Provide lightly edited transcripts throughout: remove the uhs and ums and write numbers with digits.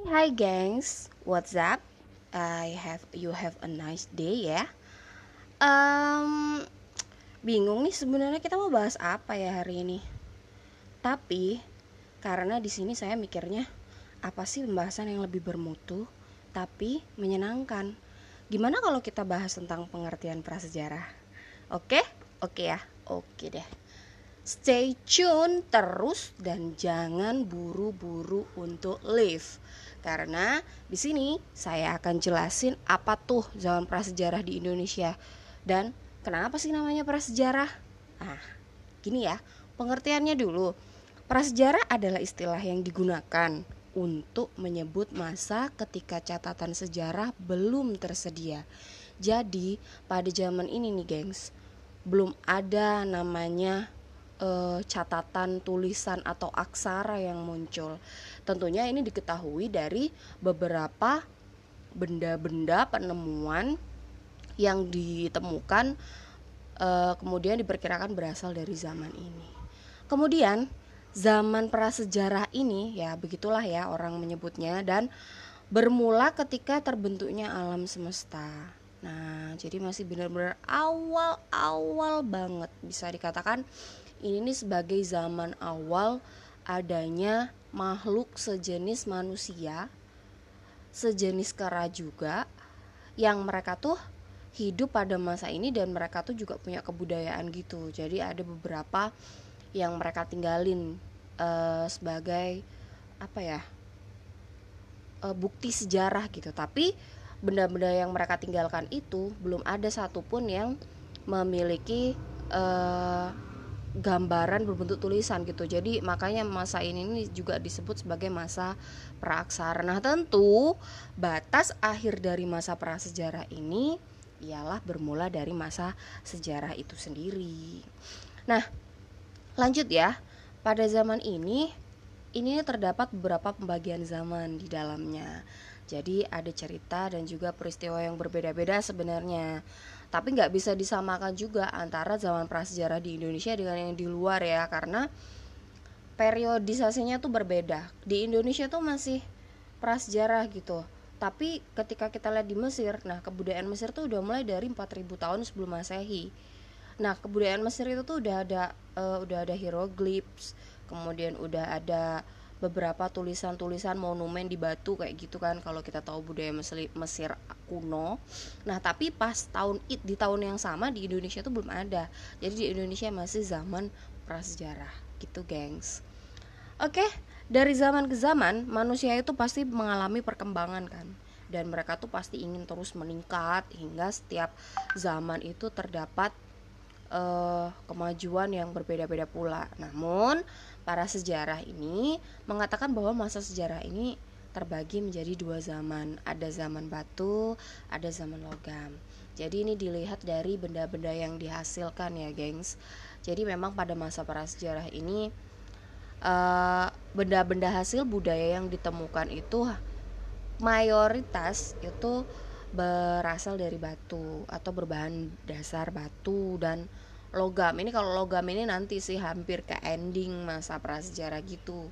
Hai gengs, what's up? You have a nice day ya. Um, Bingung nih sebenarnya kita mau bahas apa ya hari ini. Tapi karena di sini saya mikirnya apa sih pembahasan yang lebih bermutu tapi menyenangkan. Gimana kalau kita bahas tentang pengertian prasejarah? Oke? Oke ya. Oke deh. Stay tune terus dan jangan buru-buru untuk leave. Karena di sini saya akan jelasin apa tuh zaman prasejarah di Indonesia dan kenapa sih namanya prasejarah. Nah, gini ya, pengertiannya dulu. Prasejarah adalah istilah yang digunakan untuk menyebut masa ketika catatan sejarah belum tersedia. Jadi, pada zaman ini nih, gengs, belum ada namanya catatan tulisan atau aksara yang muncul. Tentunya ini diketahui dari beberapa benda-benda penemuan yang ditemukan, kemudian diperkirakan berasal dari zaman ini. Kemudian zaman prasejarah ini ya begitulah ya orang menyebutnya, dan bermula ketika terbentuknya alam semesta. Nah, jadi masih benar-benar awal-awal banget, bisa dikatakan ini nih sebagai zaman awal adanya makhluk sejenis manusia, sejenis kera juga, yang mereka tuh hidup pada masa ini dan mereka tuh juga punya kebudayaan gitu. Jadi ada beberapa yang mereka tinggalin sebagai apa ya, bukti sejarah gitu. Tapi benda-benda yang mereka tinggalkan itu belum ada satupun yang memiliki gambaran berbentuk tulisan gitu. Jadi makanya masa ini juga disebut sebagai masa praaksara. Nah, tentu batas akhir dari masa prasejarah ini ialah bermula dari masa sejarah itu sendiri. Nah, lanjut ya. Pada zaman ini terdapat beberapa pembagian zaman di dalamnya. Jadi ada cerita dan juga peristiwa yang berbeda-beda sebenarnya. Tapi nggak bisa disamakan juga antara zaman prasejarah di Indonesia dengan yang di luar ya, karena periodisasinya tuh berbeda. Di Indonesia tuh masih prasejarah gitu. Tapi ketika kita lihat di Mesir, nah kebudayaan Mesir tuh udah mulai dari 4000 tahun sebelum Masehi. Nah, kebudayaan Mesir itu tuh udah ada hieroglifs, kemudian udah ada beberapa tulisan-tulisan monumen di batu kayak gitu kan, kalau kita tahu budaya Mesir kuno. Nah, tapi pas di tahun yang sama di Indonesia tuh belum ada. Jadi di Indonesia masih zaman prasejarah gitu, gengs. Oke, dari zaman ke zaman manusia itu pasti mengalami perkembangan kan. Dan mereka tuh pasti ingin terus meningkat hingga setiap zaman itu terdapat kemajuan yang berbeda-beda pula. Namun, para sejarah ini mengatakan bahwa masa sejarah ini terbagi menjadi dua zaman. Ada zaman batu, ada zaman logam. Jadi ini dilihat dari benda-benda yang dihasilkan ya, gengs. Jadi memang pada masa prasejarah ini benda-benda hasil budaya yang ditemukan itu mayoritas itu berasal dari batu atau berbahan dasar batu dan logam. Ini kalau logam ini nanti sih hampir ke ending masa prasejarah gitu.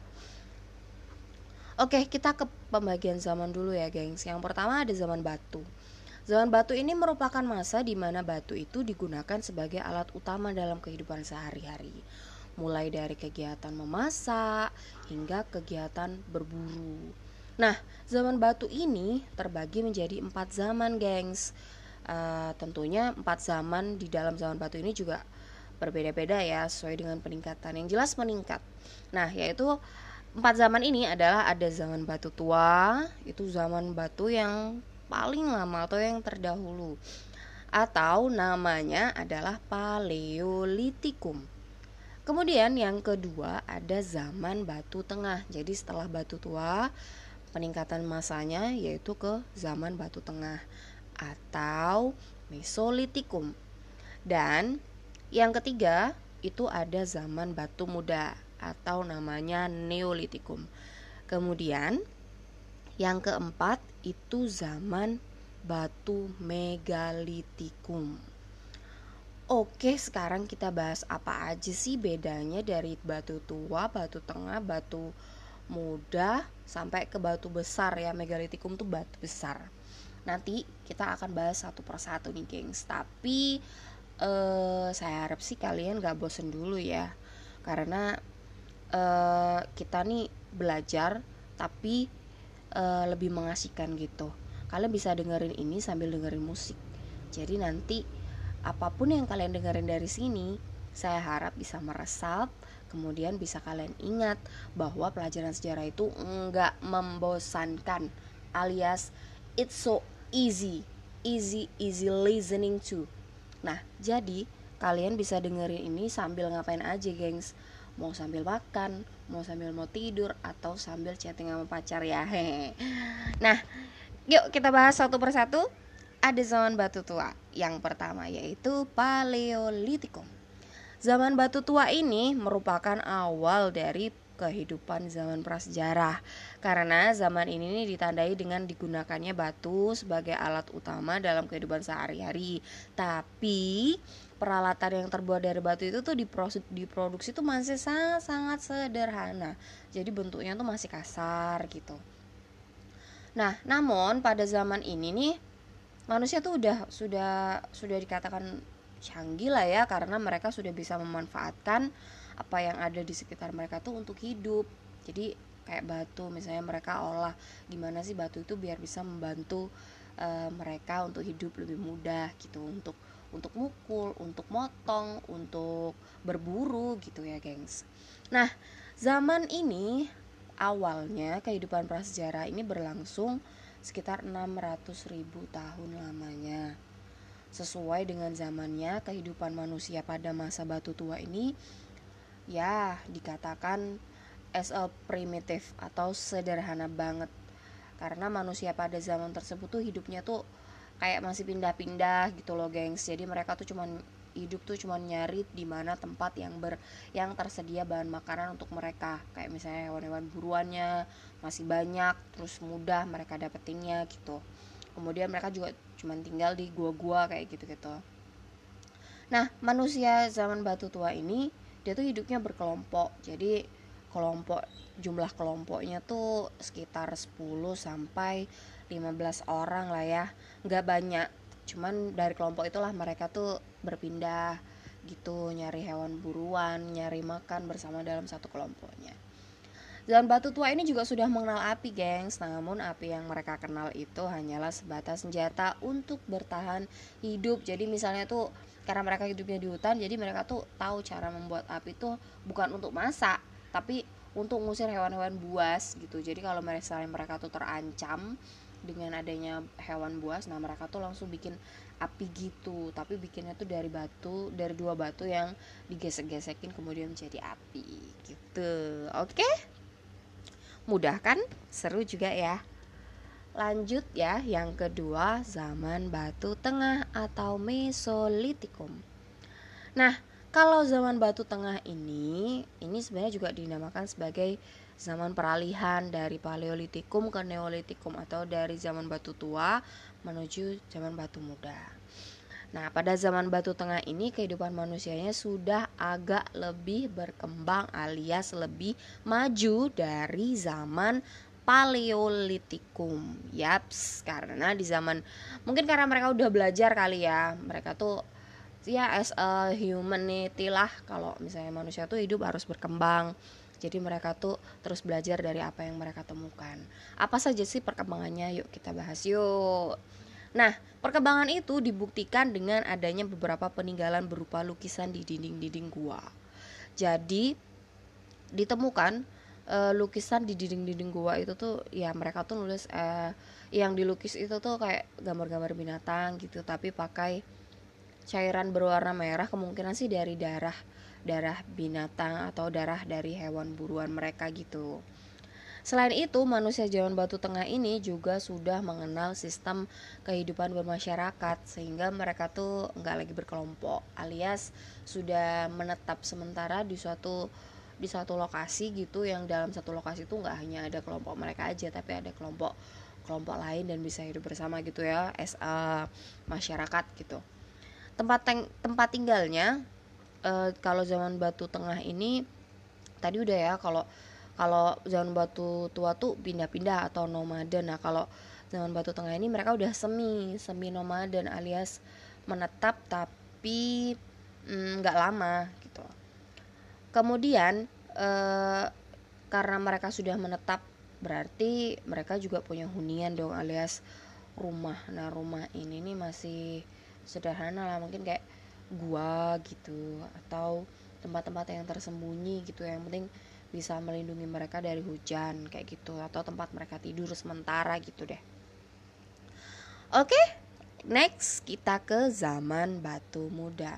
Oke, kita ke pembagian zaman dulu ya, gengs. Yang pertama ada zaman batu. Zaman batu ini merupakan masa di mana batu itu digunakan sebagai alat utama dalam kehidupan sehari-hari. Mulai dari kegiatan memasak hingga kegiatan berburu. Nah, zaman batu ini terbagi menjadi 4 zaman, gengs. Tentunya 4 zaman di dalam zaman batu ini juga berbeda-beda ya, sesuai dengan peningkatan. Yang jelas meningkat. Nah, yaitu 4 zaman ini adalah ada zaman batu tua, itu zaman batu yang paling lama atau yang terdahulu, atau namanya adalah Paleolitikum. Kemudian yang kedua ada zaman batu tengah. Jadi setelah batu tua, peningkatan masanya yaitu ke zaman batu tengah atau Mesolitikum. Dan yang ketiga itu ada zaman batu muda atau namanya Neolitikum. Kemudian yang keempat itu zaman batu megalitikum. Oke, sekarang kita bahas apa aja sih bedanya dari batu tua, batu tengah, batu muda sampai ke batu besar ya. Megalitikum tuh batu besar. Nanti kita akan bahas satu persatu nih gengs. Tapi saya harap sih kalian gak bosen dulu ya, karena kita nih belajar tapi lebih mengasihkan gitu. Kalian bisa dengerin ini sambil dengerin musik. Jadi nanti apapun yang kalian dengerin dari sini, saya harap bisa meresap. Kemudian bisa kalian ingat bahwa pelajaran sejarah itu enggak membosankan, alias it's so easy listening to. Nah, jadi kalian bisa dengerin ini sambil ngapain aja, gengs. Mau sambil makan, mau tidur, atau sambil chatting sama pacar ya. Nah, yuk kita bahas satu persatu. Ada zaman batu tua. Yang pertama yaitu Paleolitikum. Zaman batu tua ini merupakan awal dari kehidupan zaman prasejarah, karena zaman ini ditandai dengan digunakannya batu sebagai alat utama dalam kehidupan sehari-hari. Tapi peralatan yang terbuat dari batu itu tuh diproduksi tuh masih sangat sederhana. Jadi bentuknya tuh masih kasar gitu. Nah, namun pada zaman ini nih manusia tuh sudah dikatakan canggih lah ya, karena mereka sudah bisa memanfaatkan apa yang ada di sekitar mereka tuh untuk hidup. Jadi kayak batu misalnya, mereka olah gimana sih batu itu biar bisa membantu mereka untuk hidup lebih mudah gitu, untuk mukul, untuk motong, untuk berburu gitu ya gengs. Nah, zaman ini awalnya kehidupan prasejarah ini berlangsung sekitar 600.000 tahun lamanya. Sesuai dengan zamannya, kehidupan manusia pada masa batu tua ini ya dikatakan as a primitive atau sederhana banget, karena manusia pada zaman tersebut tuh hidupnya tuh kayak masih pindah-pindah gitu loh gengs. Jadi mereka tuh hidup tuh cuman nyari di mana tempat yang tersedia bahan makanan untuk mereka, kayak misalnya hewan-hewan buruannya masih banyak, terus mudah mereka dapetinnya gitu. Kemudian mereka juga cuman tinggal di gua-gua kayak gitu-gitu. Nah, manusia zaman batu tua ini dia tuh hidupnya berkelompok. Jadi jumlah kelompoknya tuh sekitar 10 sampai 15 orang lah ya. Enggak banyak. Cuman dari kelompok itulah mereka tuh berpindah gitu, nyari hewan buruan, nyari makan bersama dalam satu kelompoknya. Zaman batu tua ini juga sudah mengenal api, gengs. Namun api yang mereka kenal itu hanyalah sebatas senjata untuk bertahan hidup. Jadi misalnya tuh karena mereka hidupnya di hutan, jadi mereka tuh tahu cara membuat api tuh bukan untuk masak, tapi untuk ngusir hewan-hewan buas gitu. Jadi kalau mereka tuh terancam dengan adanya hewan buas, nah mereka tuh langsung bikin api gitu. Tapi bikinnya tuh dari dua batu yang digesek-gesekin kemudian menjadi api gitu. Oke? Mudah kan? Seru juga ya. Lanjut ya, yang kedua zaman batu tengah atau Mesolitikum. Nah, kalau zaman batu tengah ini sebenarnya juga dinamakan sebagai zaman peralihan dari Paleolitikum ke Neolitikum, atau dari zaman batu tua menuju zaman batu muda. Nah, pada zaman batu tengah ini kehidupan manusianya sudah agak lebih berkembang alias lebih maju dari zaman Paleolitikum. Yaps, karena di zaman mungkin karena mereka udah belajar kali ya. Mereka tuh ya as a humanity lah, kalau misalnya manusia tuh hidup harus berkembang. Jadi mereka tuh terus belajar dari apa yang mereka temukan. Apa saja sih perkembangannya? Yuk kita bahas yuk. Nah, perkembangan itu dibuktikan dengan adanya beberapa peninggalan berupa lukisan di dinding-dinding gua. Jadi ditemukan lukisan di dinding-dinding gua itu tuh ya mereka tuh nulis yang dilukis itu tuh kayak gambar-gambar binatang gitu, tapi pakai cairan berwarna merah, kemungkinan sih dari darah binatang atau darah dari hewan buruan mereka gitu. Selain itu, manusia zaman batu tengah ini juga sudah mengenal sistem kehidupan bermasyarakat, sehingga mereka tuh nggak lagi berkelompok, alias sudah menetap sementara di satu lokasi gitu, yang dalam satu lokasi itu nggak hanya ada kelompok mereka aja, tapi ada kelompok lain dan bisa hidup bersama gitu ya, as a masyarakat gitu. Tempat tinggalnya kalau zaman batu tengah ini tadi udah ya, kalau Kalau zaman batu tua tuh pindah-pindah atau nomaden. Nah, kalau zaman batu tengah ini mereka udah semi nomaden alias menetap tapi nggak lama gitu. Kemudian karena mereka sudah menetap, berarti mereka juga punya hunian dong alias rumah. Nah, rumah ini nih masih sederhana lah, mungkin kayak gua gitu atau tempat-tempat yang tersembunyi gitu, yang penting bisa melindungi mereka dari hujan kayak gitu, atau tempat mereka tidur sementara gitu deh. Oke, next kita ke zaman batu muda.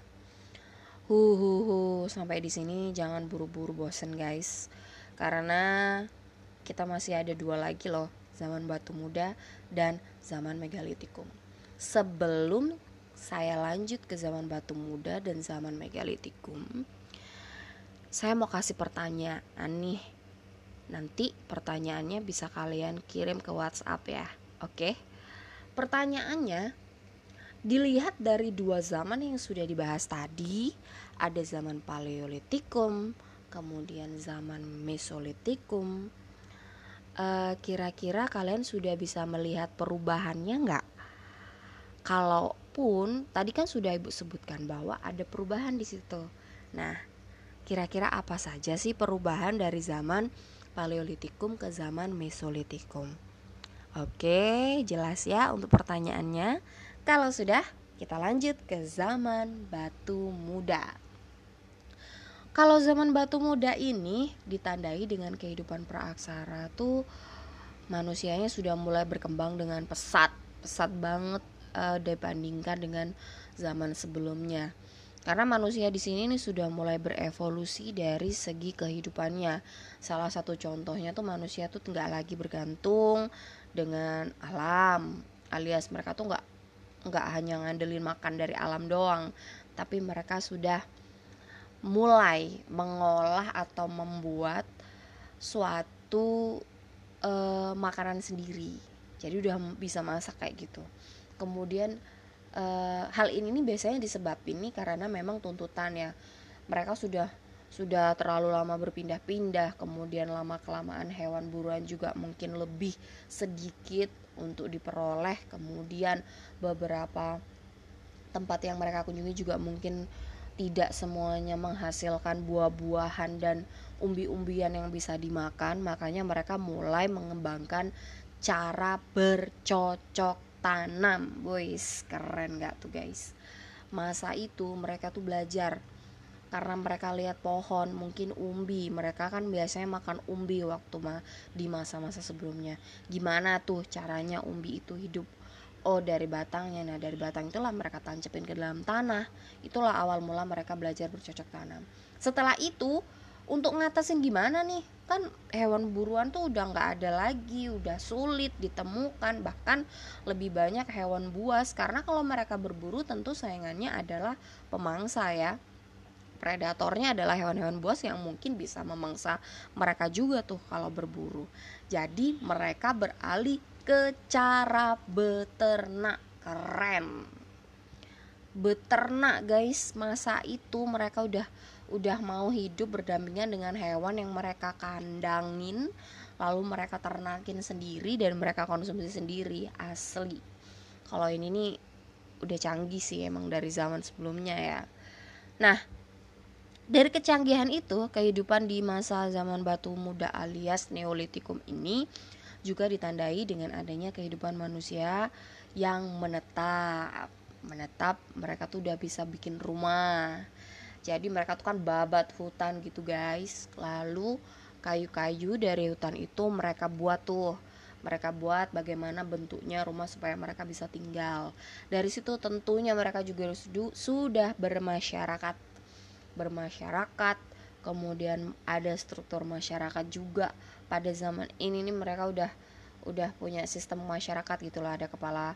Sampai di sini jangan buru-buru bosen guys, karena kita masih ada 2 lagi loh, zaman batu muda dan zaman megalitikum. Sebelum saya lanjut ke zaman batu muda dan zaman megalitikum, saya mau kasih pertanyaan nih. Nanti pertanyaannya bisa kalian kirim ke WhatsApp ya. Oke. Pertanyaannya, dilihat dari 2 zaman yang sudah dibahas tadi, ada zaman Paleolitikum, kemudian zaman Mesolitikum. Kira-kira kalian sudah bisa melihat perubahannya nggak? Kalaupun tadi kan sudah Ibu sebutkan bahwa ada perubahan di situ. Nah, kira-kira apa saja sih perubahan dari zaman Paleolitikum ke zaman Mesolitikum? Oke, jelas ya untuk pertanyaannya. Kalau sudah, kita lanjut ke zaman batu muda. Kalau zaman batu muda ini ditandai dengan kehidupan praaksara tuh manusianya sudah mulai berkembang dengan pesat banget dibandingkan dengan zaman sebelumnya. Karena manusia di sini nih sudah mulai berevolusi dari segi kehidupannya. Salah satu contohnya tuh manusia tuh nggak lagi bergantung dengan alam, alias mereka tuh nggak hanya ngandelin makan dari alam doang, tapi mereka sudah mulai mengolah atau membuat suatu makanan sendiri. Jadi udah bisa masak kayak gitu. Kemudian hal ini nih biasanya disebabkan nih karena memang tuntutan ya. Mereka sudah terlalu lama berpindah-pindah, kemudian lama kelamaan hewan buruan juga mungkin lebih sedikit untuk diperoleh. Kemudian beberapa tempat yang mereka kunjungi juga mungkin tidak semuanya menghasilkan buah-buahan dan umbi-umbian yang bisa dimakan. Makanya mereka mulai mengembangkan cara bercocok tanam. Boys, keren gak tuh guys? Masa itu mereka tuh belajar karena mereka lihat pohon, mungkin umbi, mereka kan biasanya makan umbi waktu di masa-masa sebelumnya. Gimana tuh caranya umbi itu hidup? Oh, dari batangnya. Nah, dari batang itulah mereka tancepin ke dalam tanah. Itulah awal mula mereka belajar bercocok tanam. Setelah itu, untuk ngatasin gimana nih? Kan hewan buruan tuh udah gak ada lagi, udah sulit ditemukan, bahkan lebih banyak hewan buas. Karena kalau mereka berburu tentu saingannya adalah pemangsa ya. Predatornya adalah hewan-hewan buas yang mungkin bisa memangsa mereka juga tuh kalau berburu. Jadi mereka beralih ke cara beternak. Keren. Beternak guys, masa itu mereka udah mau hidup berdampingan dengan hewan yang mereka kandangin, lalu mereka ternakin sendiri dan mereka konsumsi sendiri. Asli. Kalau ini nih udah canggih sih emang dari zaman sebelumnya ya. Nah, dari kecanggihan itu, kehidupan di masa zaman batu muda alias Neolitikum ini juga ditandai dengan adanya kehidupan manusia yang menetap. Mereka tuh udah bisa bikin rumah. Jadi mereka tuh kan babat hutan gitu guys. Lalu kayu-kayu dari hutan itu mereka buat bagaimana bentuknya rumah supaya mereka bisa tinggal. Dari situ tentunya mereka juga sudah bermasyarakat, kemudian ada struktur masyarakat juga. Pada zaman ini nih mereka udah punya sistem masyarakat gitulah, ada kepala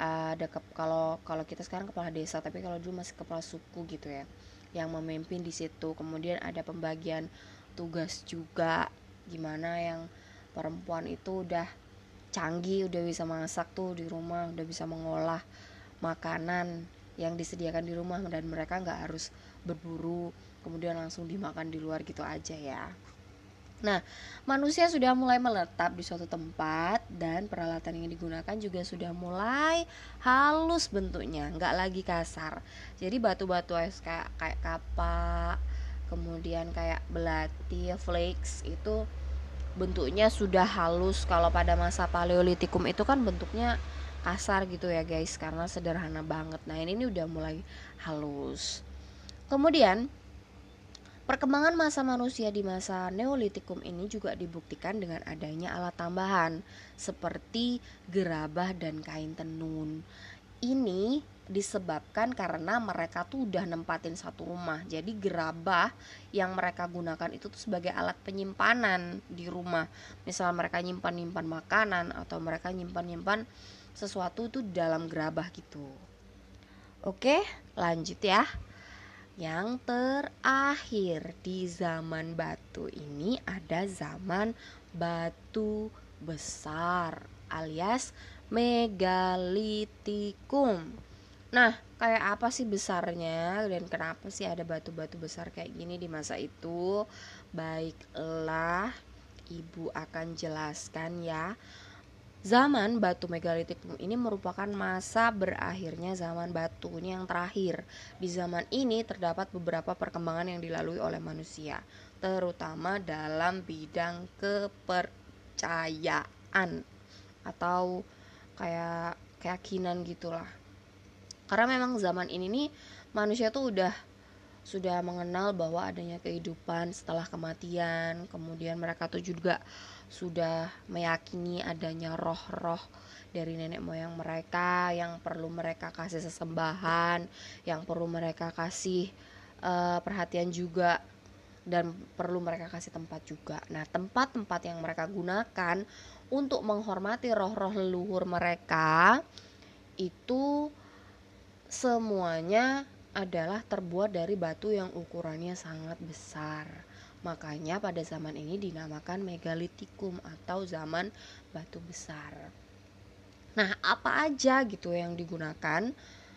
kalau kita sekarang kepala desa, tapi kalau dulu masih kepala suku gitu ya yang memimpin di situ. Kemudian ada pembagian tugas juga, gimana yang perempuan itu udah canggih, udah bisa masak tuh di rumah, udah bisa mengolah makanan yang disediakan di rumah dan mereka nggak harus berburu kemudian langsung dimakan di luar gitu aja ya. Nah, manusia sudah mulai menetap di suatu tempat dan peralatan yang digunakan juga sudah mulai halus bentuknya, nggak lagi kasar. Jadi batu-batu kayak kapak, kemudian kayak belati, flakes itu bentuknya sudah halus. Kalau pada masa Paleolitikum itu kan bentuknya kasar gitu ya guys, karena sederhana banget. Nah, ini udah mulai halus. Kemudian perkembangan masa manusia di masa Neolitikum ini juga dibuktikan dengan adanya alat tambahan seperti gerabah dan kain tenun. Ini disebabkan karena mereka tuh udah nempatin satu rumah. Jadi gerabah yang mereka gunakan itu tuh sebagai alat penyimpanan di rumah. Misal mereka nyimpan-nyimpan makanan atau mereka nyimpan-nyimpan sesuatu tuh dalam gerabah gitu. Oke, lanjut ya. Yang terakhir di zaman batu ini ada zaman batu besar alias megalitikum. Nah, kayak apa sih besarnya dan kenapa sih ada batu-batu besar kayak gini di masa itu? Baiklah, Ibu akan jelaskan ya. Zaman batu megalitikum ini merupakan masa berakhirnya zaman batu, ini yang terakhir. Di zaman ini terdapat beberapa perkembangan yang dilalui oleh manusia, terutama dalam bidang kepercayaan atau kayak keyakinan gitulah. Karena memang zaman ini nih manusia tuh sudah mengenal bahwa adanya kehidupan setelah kematian. Kemudian mereka tuh juga sudah meyakini adanya roh-roh dari nenek moyang mereka yang perlu mereka kasih sesembahan, yang perlu mereka kasih perhatian juga, dan perlu mereka kasih tempat juga. Nah, tempat-tempat yang mereka gunakan untuk menghormati roh-roh leluhur mereka itu semuanya adalah terbuat dari batu yang ukurannya sangat besar. Makanya pada zaman ini dinamakan megalitikum atau zaman batu besar. Nah, apa aja gitu yang digunakan?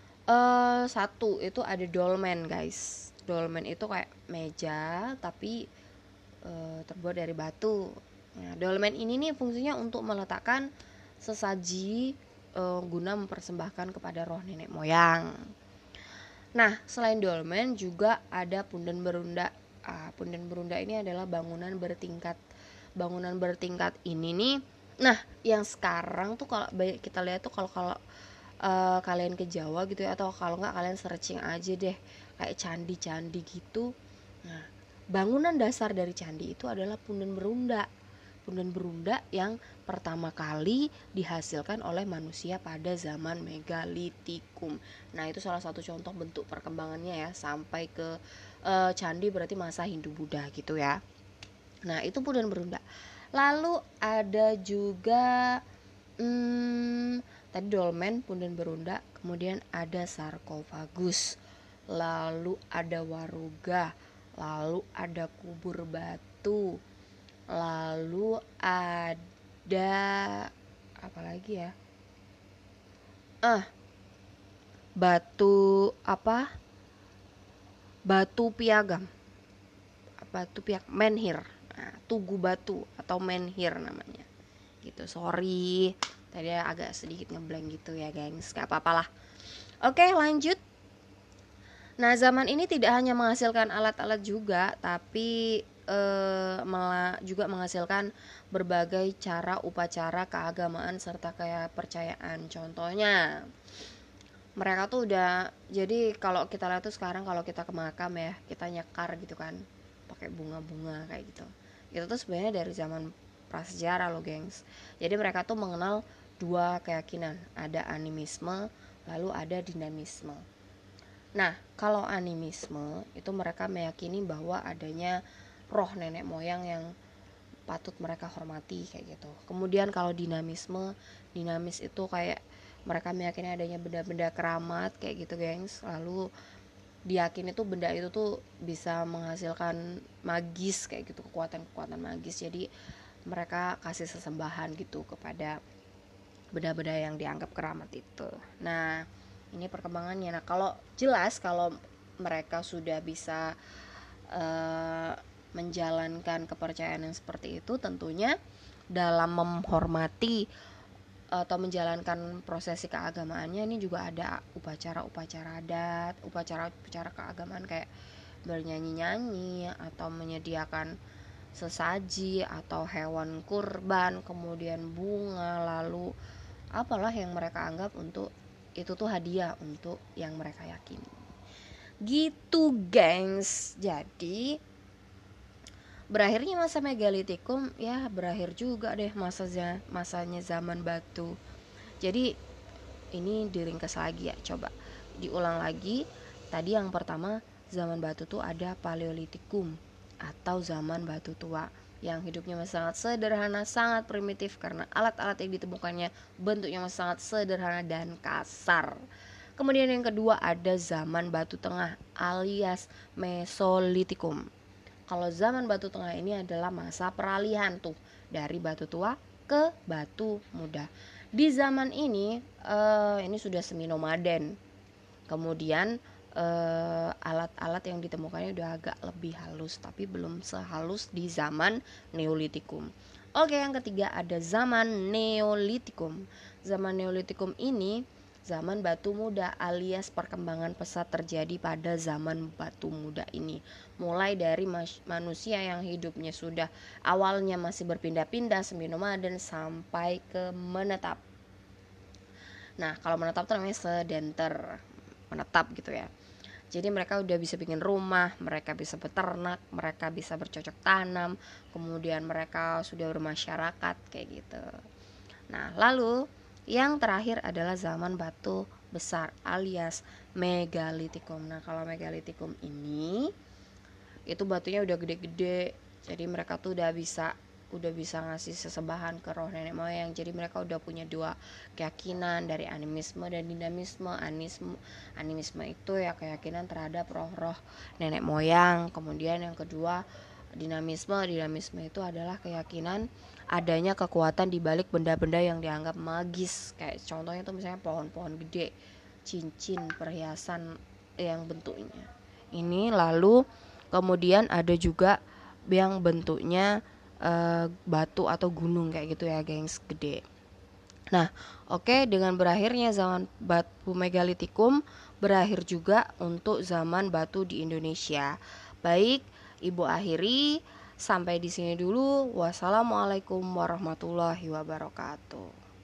Satu itu ada dolmen guys. Dolmen itu kayak meja tapi terbuat dari batu. Nah, dolmen ini nih fungsinya untuk meletakkan sesaji guna mempersembahkan kepada roh nenek moyang. Nah, selain dolmen juga ada punden berunda. Punden berunda ini adalah bangunan bertingkat. Bangunan bertingkat ini nih, nah yang sekarang tuh kalau kita lihat tuh kalau kalian ke Jawa gitu ya, atau kalau nggak kalian searching aja deh kayak candi-candi gitu. Nah, bangunan dasar dari candi itu adalah punden berunda. Punden berunda yang pertama kali dihasilkan oleh manusia pada zaman megalitikum. Nah, itu salah satu contoh bentuk perkembangannya ya, sampai ke candi berarti masa Hindu-Buddha gitu ya. Nah, itu punden berunda. Lalu ada juga tadi dolmen, punden berunda, kemudian ada sarkofagus, lalu ada waruga, lalu ada kubur batu, lalu ada apa lagi ya? Batu apa? Batu piagam. Batu piagam menhir. Nah, tugu batu atau menhir namanya. Gitu. Sorry. Tadi agak sedikit ngeblank gitu ya, gengs. Gak apa-apalah. Oke, lanjut. Nah, zaman ini tidak hanya menghasilkan alat-alat juga, tapi juga menghasilkan berbagai cara upacara keagamaan serta kepercayaan. Contohnya, mereka tuh udah, jadi kalau kita lihat tuh sekarang kalau kita ke makam ya, kita nyekar gitu kan, pakai bunga-bunga kayak gitu. Itu tuh sebenarnya dari zaman prasejarah loh, gengs. Jadi mereka tuh mengenal dua keyakinan, ada animisme, lalu ada dinamisme. Nah, kalau animisme itu mereka meyakini bahwa adanya roh nenek moyang yang patut mereka hormati kayak gitu. Kemudian kalau dinamis itu kayak mereka meyakini adanya benda-benda keramat kayak gitu, gengs. Lalu diyakini tuh benda itu tuh bisa menghasilkan magis kayak gitu, kekuatan-kekuatan magis. Jadi mereka kasih sesembahan gitu kepada benda-benda yang dianggap keramat itu. Nah, ini perkembangannya. Nah, kalau jelas kalau mereka sudah bisa menjalankan kepercayaan yang seperti itu tentunya dalam menghormati atau menjalankan prosesi keagamaannya ini juga ada upacara-upacara adat, upacara-upacara keagamaan kayak bernyanyi-nyanyi atau menyediakan sesaji atau hewan kurban, kemudian bunga, lalu apalah yang mereka anggap untuk itu tuh hadiah untuk yang mereka yakini. Gitu, gengs. Jadi berakhirnya masa megalitikum, ya berakhir juga deh masanya zaman batu. Jadi ini diringkas lagi ya, coba diulang lagi. Tadi yang pertama zaman batu tuh ada paleolitikum atau zaman batu tua yang hidupnya masih sangat sederhana, sangat primitif karena alat-alat yang ditemukannya bentuknya masih sangat sederhana dan kasar. Kemudian yang kedua ada zaman batu tengah alias Mesolitikum. Kalau zaman batu tengah ini adalah masa peralihan tuh dari batu tua ke batu muda. Di zaman ini sudah semi nomaden. Kemudian alat-alat yang ditemukannya udah agak lebih halus, tapi belum sehalus di zaman Neolitikum. Oke, yang ketiga ada zaman Neolitikum. Zaman Neolitikum ini zaman batu muda alias perkembangan pesat terjadi pada zaman batu muda ini. Mulai dari manusia yang hidupnya sudah awalnya masih berpindah-pindah semi nomaden sampai ke menetap. Nah, kalau menetap itu namanya sedenter, menetap gitu ya. Jadi mereka udah bisa bikin rumah, mereka bisa beternak, mereka bisa bercocok tanam, kemudian mereka sudah bermasyarakat kayak gitu. Nah, lalu yang terakhir adalah zaman batu besar alias megalitikum. Nah, kalau megalitikum ini itu batunya udah gede-gede. Jadi mereka tuh udah bisa ngasih sesembahan ke roh nenek moyang. Jadi mereka udah punya dua keyakinan dari animisme dan dinamisme. Animisme itu ya keyakinan terhadap roh-roh nenek moyang. Kemudian yang kedua dinamisme itu adalah keyakinan adanya kekuatan di balik benda-benda yang dianggap magis. Kayak contohnya tuh misalnya pohon-pohon gede, cincin, perhiasan yang bentuknya ini. Lalu kemudian ada juga yang bentuknya batu atau gunung kayak gitu ya, gengs, gede. Nah, oke, dengan berakhirnya zaman batu megalitikum, berakhir juga untuk zaman batu di Indonesia. Baik, Ibu akhiri sampai di sini dulu. Wassalamualaikum warahmatullahi wabarakatuh.